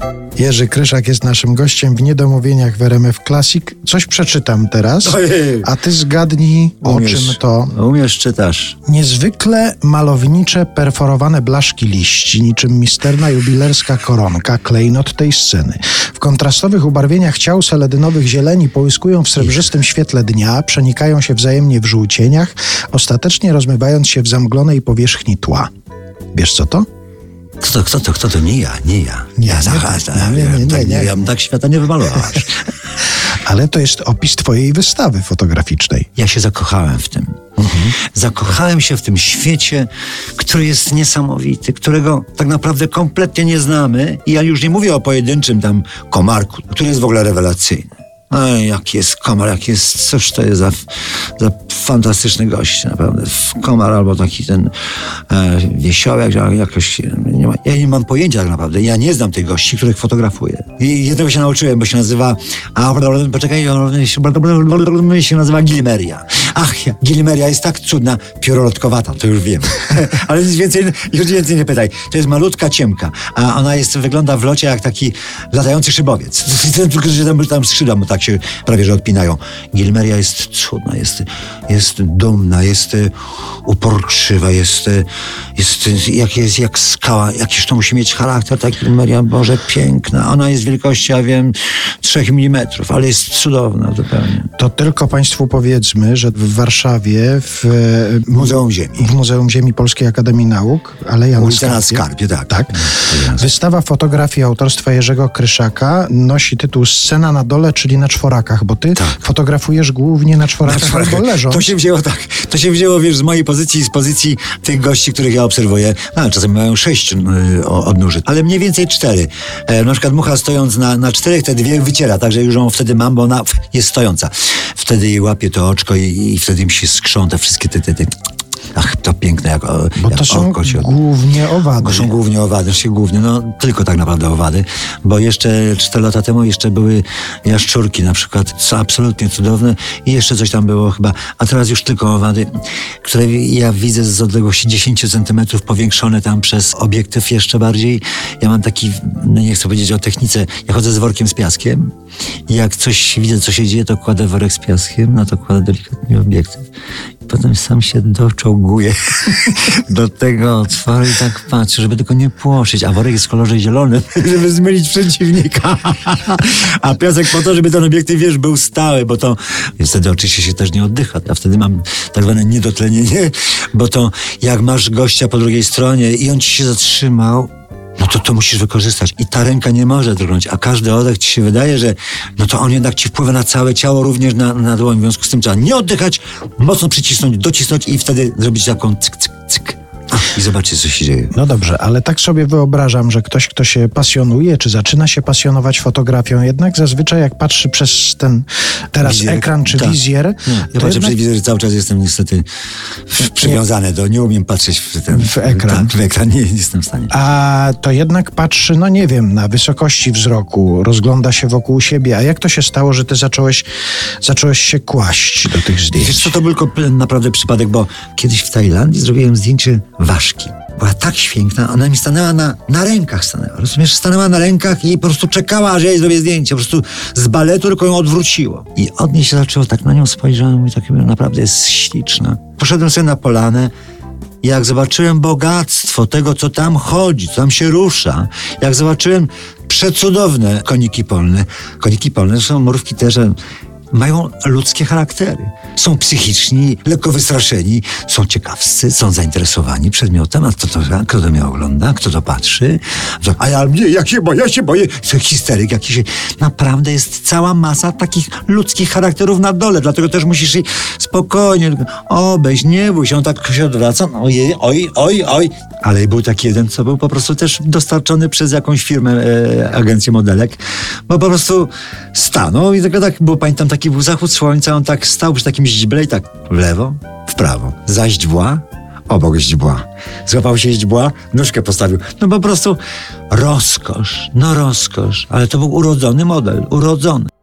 Jerzy Kryszak jest naszym gościem w Niedomówieniach w RMF Classic. Coś przeczytam teraz, a ty zgadnij, o czym to. Umiesz, czytasz. Niezwykle malownicze, perforowane blaszki liści, niczym misterna jubilerska koronka, klejnot tej sceny. W kontrastowych ubarwieniach ciał seledynowych zieleni połyskują w srebrzystym świetle dnia, przenikają się wzajemnie w żółcieniach, ostatecznie rozmywając się w zamglonej powierzchni tła. Wiesz co to? Kto to? Nie ja. Ja bym tak świata nie wymalował. Ale to jest opis twojej wystawy fotograficznej. Ja się zakochałem w tym. Zakochałem się w tym świecie, który jest niesamowity, którego tak naprawdę kompletnie nie znamy. I ja już nie mówię o pojedynczym tam komarku, który jest w ogóle rewelacyjny. Jaki jest komar, cóż to jest za fantastyczny gość, naprawdę. Komar albo taki ten wiesiołek, jakoś, ja nie mam pojęcia tak naprawdę. Ja nie znam tych gości, których fotografuję. I jednego się nauczyłem, bo się nazywa, się nazywa Gilmeria. Gilmeria jest tak cudna, piórolotkowata, to już wiem. Ale już więcej nie pytaj. To jest malutka ciemka, a ona wygląda w locie jak taki latający szybowiec. Tylko, że tam skrzydła mu tak się prawie że odpinają. Gilmeria jest cudna, jest dumna, jest uporczywa, jest jak skała, jakiż to musi mieć charakter, ta Gilmeria, Boże, piękna. Ona jest wielkości, ja wiem, 3 mm, ale jest cudowna zupełnie. To tylko państwu powiedzmy, że w Warszawie w Muzeum Ziemi Polskiej Akademii Nauk, Aleja na Skarpie, tak. Wystawa fotografii autorstwa Jerzego Kryszaka nosi tytuł Scena na dole, czyli na czworakach, bo ty fotografujesz głównie na czworakach albo leżąc. To się wzięło, wiesz, z mojej pozycji, z pozycji tych gości, których ja obserwuję. Czasem mają 6 odnóży, ale mniej więcej 4. Na przykład mucha stojąc na 4, te 2 wyciera, także już ją wtedy mam, bo ona jest stojąca. Wtedy jej łapie to oczko i wtedy mi się skrzą te wszystkie te. To piękne, jak bo to są głównie owady. To są głównie owady, tylko tak naprawdę owady, bo jeszcze 4 lata temu jeszcze były jaszczurki na przykład, co absolutnie cudowne i jeszcze coś tam było chyba, a teraz już tylko owady, które ja widzę z odległości 10 centymetrów powiększone tam przez obiektyw jeszcze bardziej. Ja mam taki, nie chcę powiedzieć o technice, ja chodzę z workiem z piaskiem i jak coś widzę, co się dzieje, to kładę worek z piaskiem, to kładę delikatnie obiektyw. Potem sam się doczołguję do tego otworu i tak patrzę, żeby tylko nie płoszyć. A worek jest w kolorze zielonym, żeby zmylić przeciwnika. A piasek po to, żeby ten obiektyw, wiesz, był stały, bo to wtedy oczywiście się też nie oddycha. A wtedy mam tak zwane niedotlenienie, bo to jak masz gościa po drugiej stronie i on ci się zatrzymał, to musisz wykorzystać. I ta ręka nie może drgnąć, a każdy oddech ci się wydaje, że to on jednak ci wpływa na całe ciało, również na dłoń. W związku z tym trzeba nie oddychać, mocno przycisnąć, docisnąć i wtedy zrobić taką cyk, cyk, cyk. I zobaczyć, co się dzieje. No dobrze, ale tak sobie wyobrażam, że ktoś, kto się pasjonuje, czy zaczyna się pasjonować fotografią, jednak zazwyczaj jak patrzy przez ten teraz wizjer, ekran czy wizjer... Ja patrzę przez wizjer, cały czas jestem niestety przywiązany nie umiem patrzeć w ekran. W ekran nie jestem w stanie. A to jednak patrzy, na wysokości wzroku, rozgląda się wokół siebie. A jak to się stało, że ty zacząłeś się kłaść do tych zdjęć? Wiesz co, to był naprawdę przypadek, bo kiedyś w Tajlandii zrobiłem zdjęcie ważki. Była tak piękna, ona mi stanęła na rękach, rozumiesz? Stanęła na rękach i po prostu czekała, aż ja jej zrobię zdjęcie. Po prostu z baletu tylko ją odwróciło. I od niej się zaczęło, tak na nią spojrzałem i tak naprawdę jest śliczna. Poszedłem sobie na polanę. Jak zobaczyłem bogactwo tego, co tam chodzi, co tam się rusza, jak zobaczyłem przecudowne koniki polne. Koniki polne są mrówki też, mają ludzkie charaktery. Są psychiczni, lekko wystraszeni, są ciekawscy, są zainteresowani przedmiotem, a kto to mnie ogląda, kto to patrzy. A ja się boję. Histeryk jakiś. Naprawdę jest cała masa takich ludzkich charakterów na dole, dlatego też musisz jej spokojnie obejść, nie bój się, on tak się odwraca, oj. Ale był taki jeden, co był po prostu też dostarczony przez jakąś firmę, agencję modelek, bo po prostu stanął i tylko tak, bo pamiętam, taki był zachód słońca, on tak stał przy takim źdźble i tak w lewo, w prawo, za źdźbła, obok źdźbła. Złapał się źdźbła, nóżkę postawił. Po prostu rozkosz, ale to był urodzony model, urodzony.